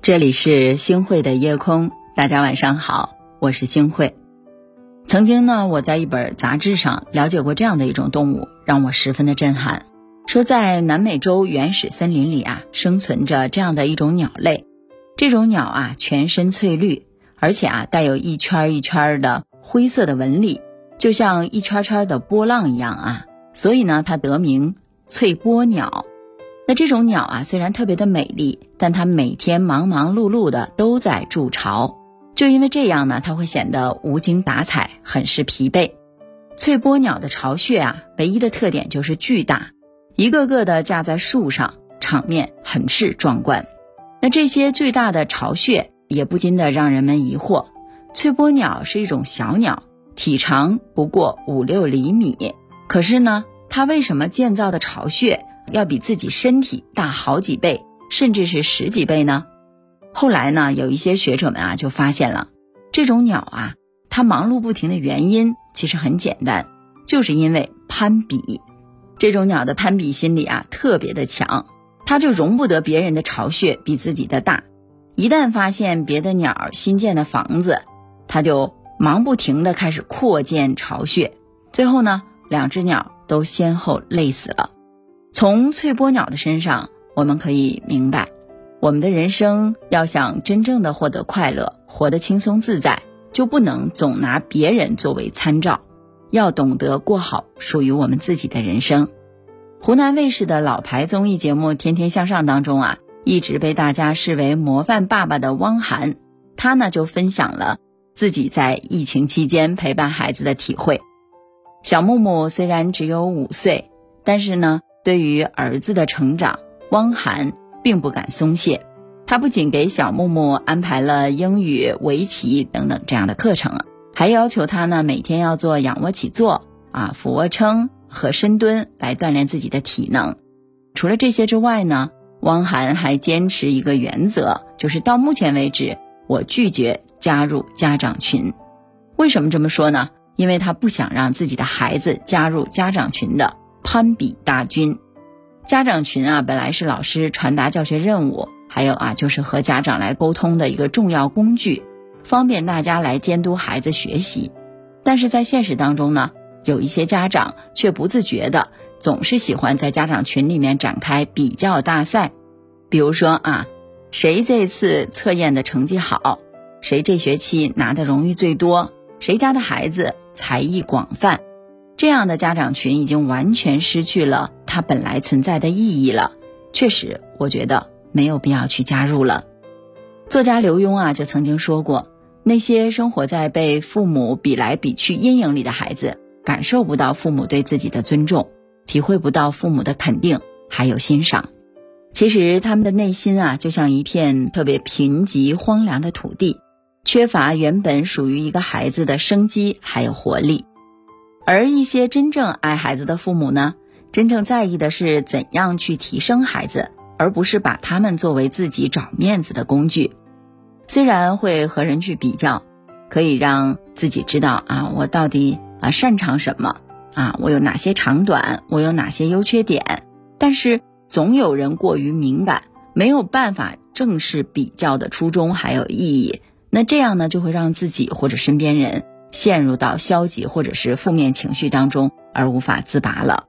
这里是星慧的夜空，大家晚上好，我是星慧。曾经呢，我在一本杂志上了解过这样的一种动物，让我十分的震撼。说在南美洲原始森林里生存着这样的一种鸟类。这种鸟全身翠绿，而且带有一圈一圈的灰色的纹理，就像一圈圈的波浪一样所以呢，它得名翠波鸟。那这种鸟虽然特别的美丽，但它每天忙忙碌碌的都在筑巢，就因为这样呢，它会显得无精打采，很是疲惫。翠波鸟的巢穴唯一的特点就是巨大，一个个的架在树上，场面很是壮观。那这些巨大的巢穴也不禁的让人们疑惑，翠波鸟是一种小鸟，体长不过5-6厘米，可是呢，它为什么建造的巢穴要比自己身体大好几倍，甚至是10几倍呢？后来呢，有一些学者们就发现了，这种鸟它忙碌不停的原因其实很简单，就是因为攀比。这种鸟的攀比心理特别的强，它就容不得别人的巢穴比自己的大。一旦发现别的鸟新建的房子，它就忙不停的开始扩建巢穴，最后呢，2只鸟都先后累死了。从翠波鸟的身上，我们可以明白，我们的人生要想真正的获得快乐，活得轻松自在，就不能总拿别人作为参照，要懂得过好属于我们自己的人生。湖南卫视的老牌综艺节目《天天向上》当中一直被大家视为模范爸爸的汪涵，他呢就分享了自己在疫情期间陪伴孩子的体会。小木木虽然只有5岁，但是呢，对于儿子的成长，汪涵并不敢松懈。他不仅给小木木安排了英语、围棋等等这样的课程还要求他呢每天要做仰卧起坐俯卧撑和深蹲来锻炼自己的体能。除了这些之外呢，汪涵还坚持一个原则，就是到目前为止，我拒绝加入家长群。为什么这么说呢？因为他不想让自己的孩子加入家长群的攀比大军。家长群本来是老师传达教学任务，还有就是和家长来沟通的一个重要工具，方便大家来监督孩子学习。但是在现实当中呢，有一些家长却不自觉的总是喜欢在家长群里面展开比较大赛。比如说谁这次测验的成绩好，谁这学期拿的荣誉最多，谁家的孩子才艺广泛。这样的家长群已经完全失去了它本来存在的意义了，确实我觉得没有必要去加入了。作家刘墉就曾经说过，那些生活在被父母比来比去阴影里的孩子，感受不到父母对自己的尊重，体会不到父母的肯定还有欣赏。其实他们的内心就像一片特别贫瘠荒凉的土地，缺乏原本属于一个孩子的生机还有活力。而一些真正爱孩子的父母呢，真正在意的是怎样去提升孩子，而不是把他们作为自己找面子的工具。虽然会和人去比较，可以让自己知道我到底擅长什么我有哪些长短，我有哪些优缺点，但是总有人过于敏感，没有办法正视比较的初衷还有意义。那这样呢，就会让自己或者身边人陷入到消极或者是负面情绪当中，而无法自拔了。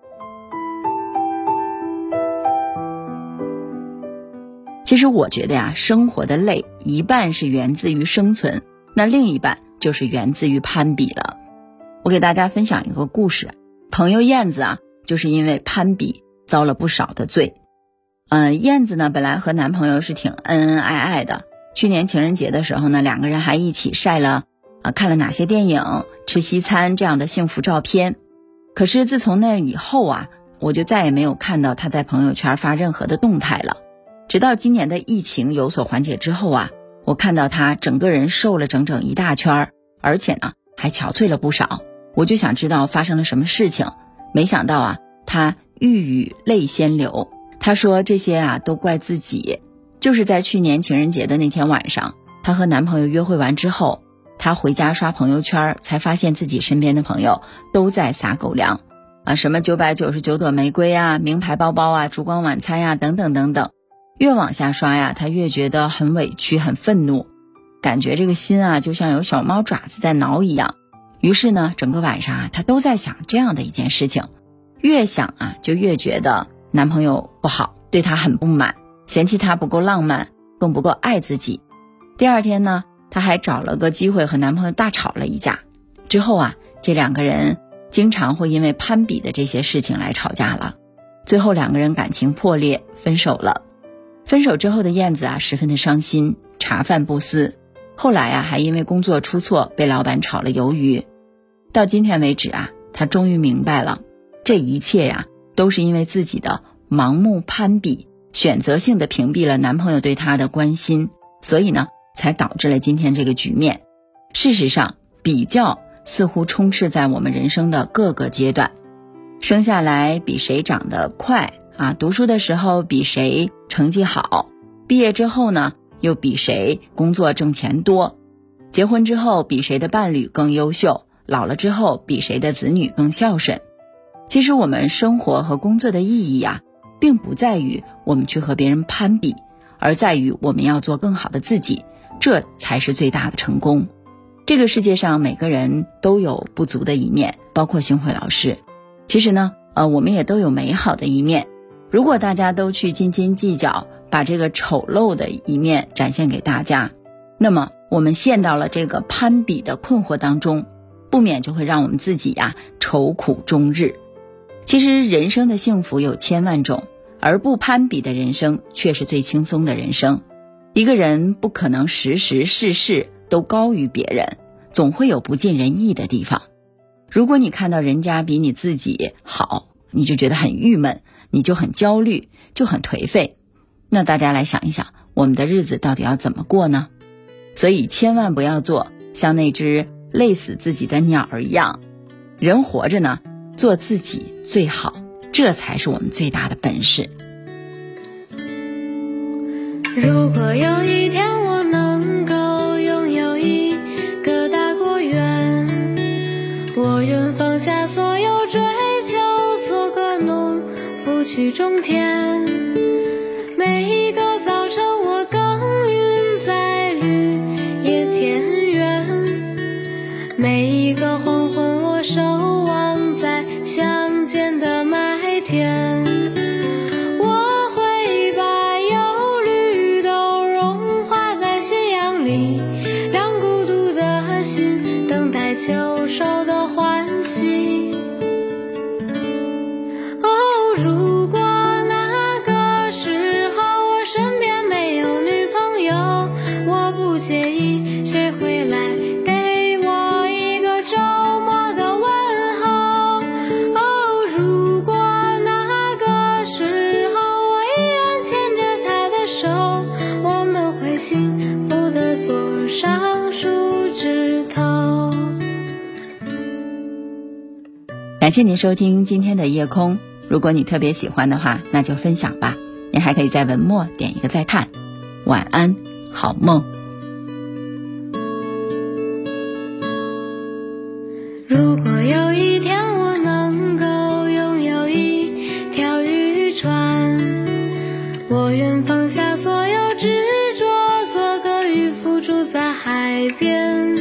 其实我觉得生活的累一半是源自于生存，那另一半就是源自于攀比了。我给大家分享一个故事，朋友燕子就是因为攀比遭了不少的罪。燕子呢本来和男朋友是挺恩恩爱爱的，去年情人节的时候呢，2个人还一起晒了看了哪些电影、吃西餐这样的幸福照片。可是自从那以后我就再也没有看到他在朋友圈发任何的动态了。直到今年的疫情有所缓解之后我看到他整个人瘦了整整一大圈，而且呢还憔悴了不少。我就想知道发生了什么事情，没想到他欲语泪先流。他说这些都怪自己，就是在去年情人节的那天晚上，他和男朋友约会完之后，他回家刷朋友圈，才发现自己身边的朋友都在撒狗粮什么999朵玫瑰名牌包包烛光晚餐等等等等。 越往下刷呀，他越觉得很委屈很愤怒，感觉这个心啊就像有小猫爪子在挠一样。于是呢，整个晚上啊他都在想这样的一件事情，越想啊就越觉得男朋友不好，对他很不满，嫌弃他不够浪漫，更不够爱自己。第二天呢，她还找了个机会和男朋友大吵了一架。之后啊，这两个人经常会因为攀比的这些事情来吵架了。最后两个人感情破裂，分手了。分手之后的燕子啊，十分的伤心，茶饭不思。后来啊，还因为工作出错被老板炒了鱿鱼。到今天为止啊，她终于明白了，这一切呀，都是因为自己的盲目攀比，选择性的屏蔽了男朋友对她的关心，所以呢，才导致了今天这个局面。事实上，比较似乎充斥在我们人生的各个阶段。生下来比谁长得快啊，读书的时候比谁成绩好，毕业之后呢，又比谁工作挣钱多，结婚之后比谁的伴侣更优秀，老了之后比谁的子女更孝顺。其实我们生活和工作的意义啊，并不在于我们去和别人攀比，而在于我们要做更好的自己，这才是最大的成功。这个世界上每个人都有不足的一面，包括星慧老师。其实呢，我们也都有美好的一面。如果大家都去斤斤计较，把这个丑陋的一面展现给大家，那么我们陷到了这个攀比的困惑当中，不免就会让我们自己呀愁苦终日。其实人生的幸福有千万种，而不攀比的人生却是最轻松的人生。一个人不可能时时事事都高于别人，总会有不尽人意的地方。如果你看到人家比你自己好，你就觉得很郁闷，你就很焦虑，就很颓废。那大家来想一想，我们的日子到底要怎么过呢？所以千万不要做像那只累死自己的鸟儿一样，人活着呢，做自己最好，这才是我们最大的本事。 如果有一天我能够拥有一个大果园，我愿放下所有追求，做个农夫去种田。每一个早晨我耕耘在绿野田园，每一个黄昏我守望在乡间的麦田。我会把忧虑都融化在夕阳里，让孤独的心等待秋收的欢喜。哦，如果那个时候我身边没有女朋友，我不介意谁会来给我一个周末的问候。哦，如果那个时候我依然牵着她的手，我们会幸福地坐上树枝头。 感谢您收听今天的夜空，如果你特别喜欢的话，那就分享吧。您还可以在文末点一个再看。晚安，好梦。 如果有一天我能够拥有一条渔船，我愿放下所有执着，做个渔夫住在海边。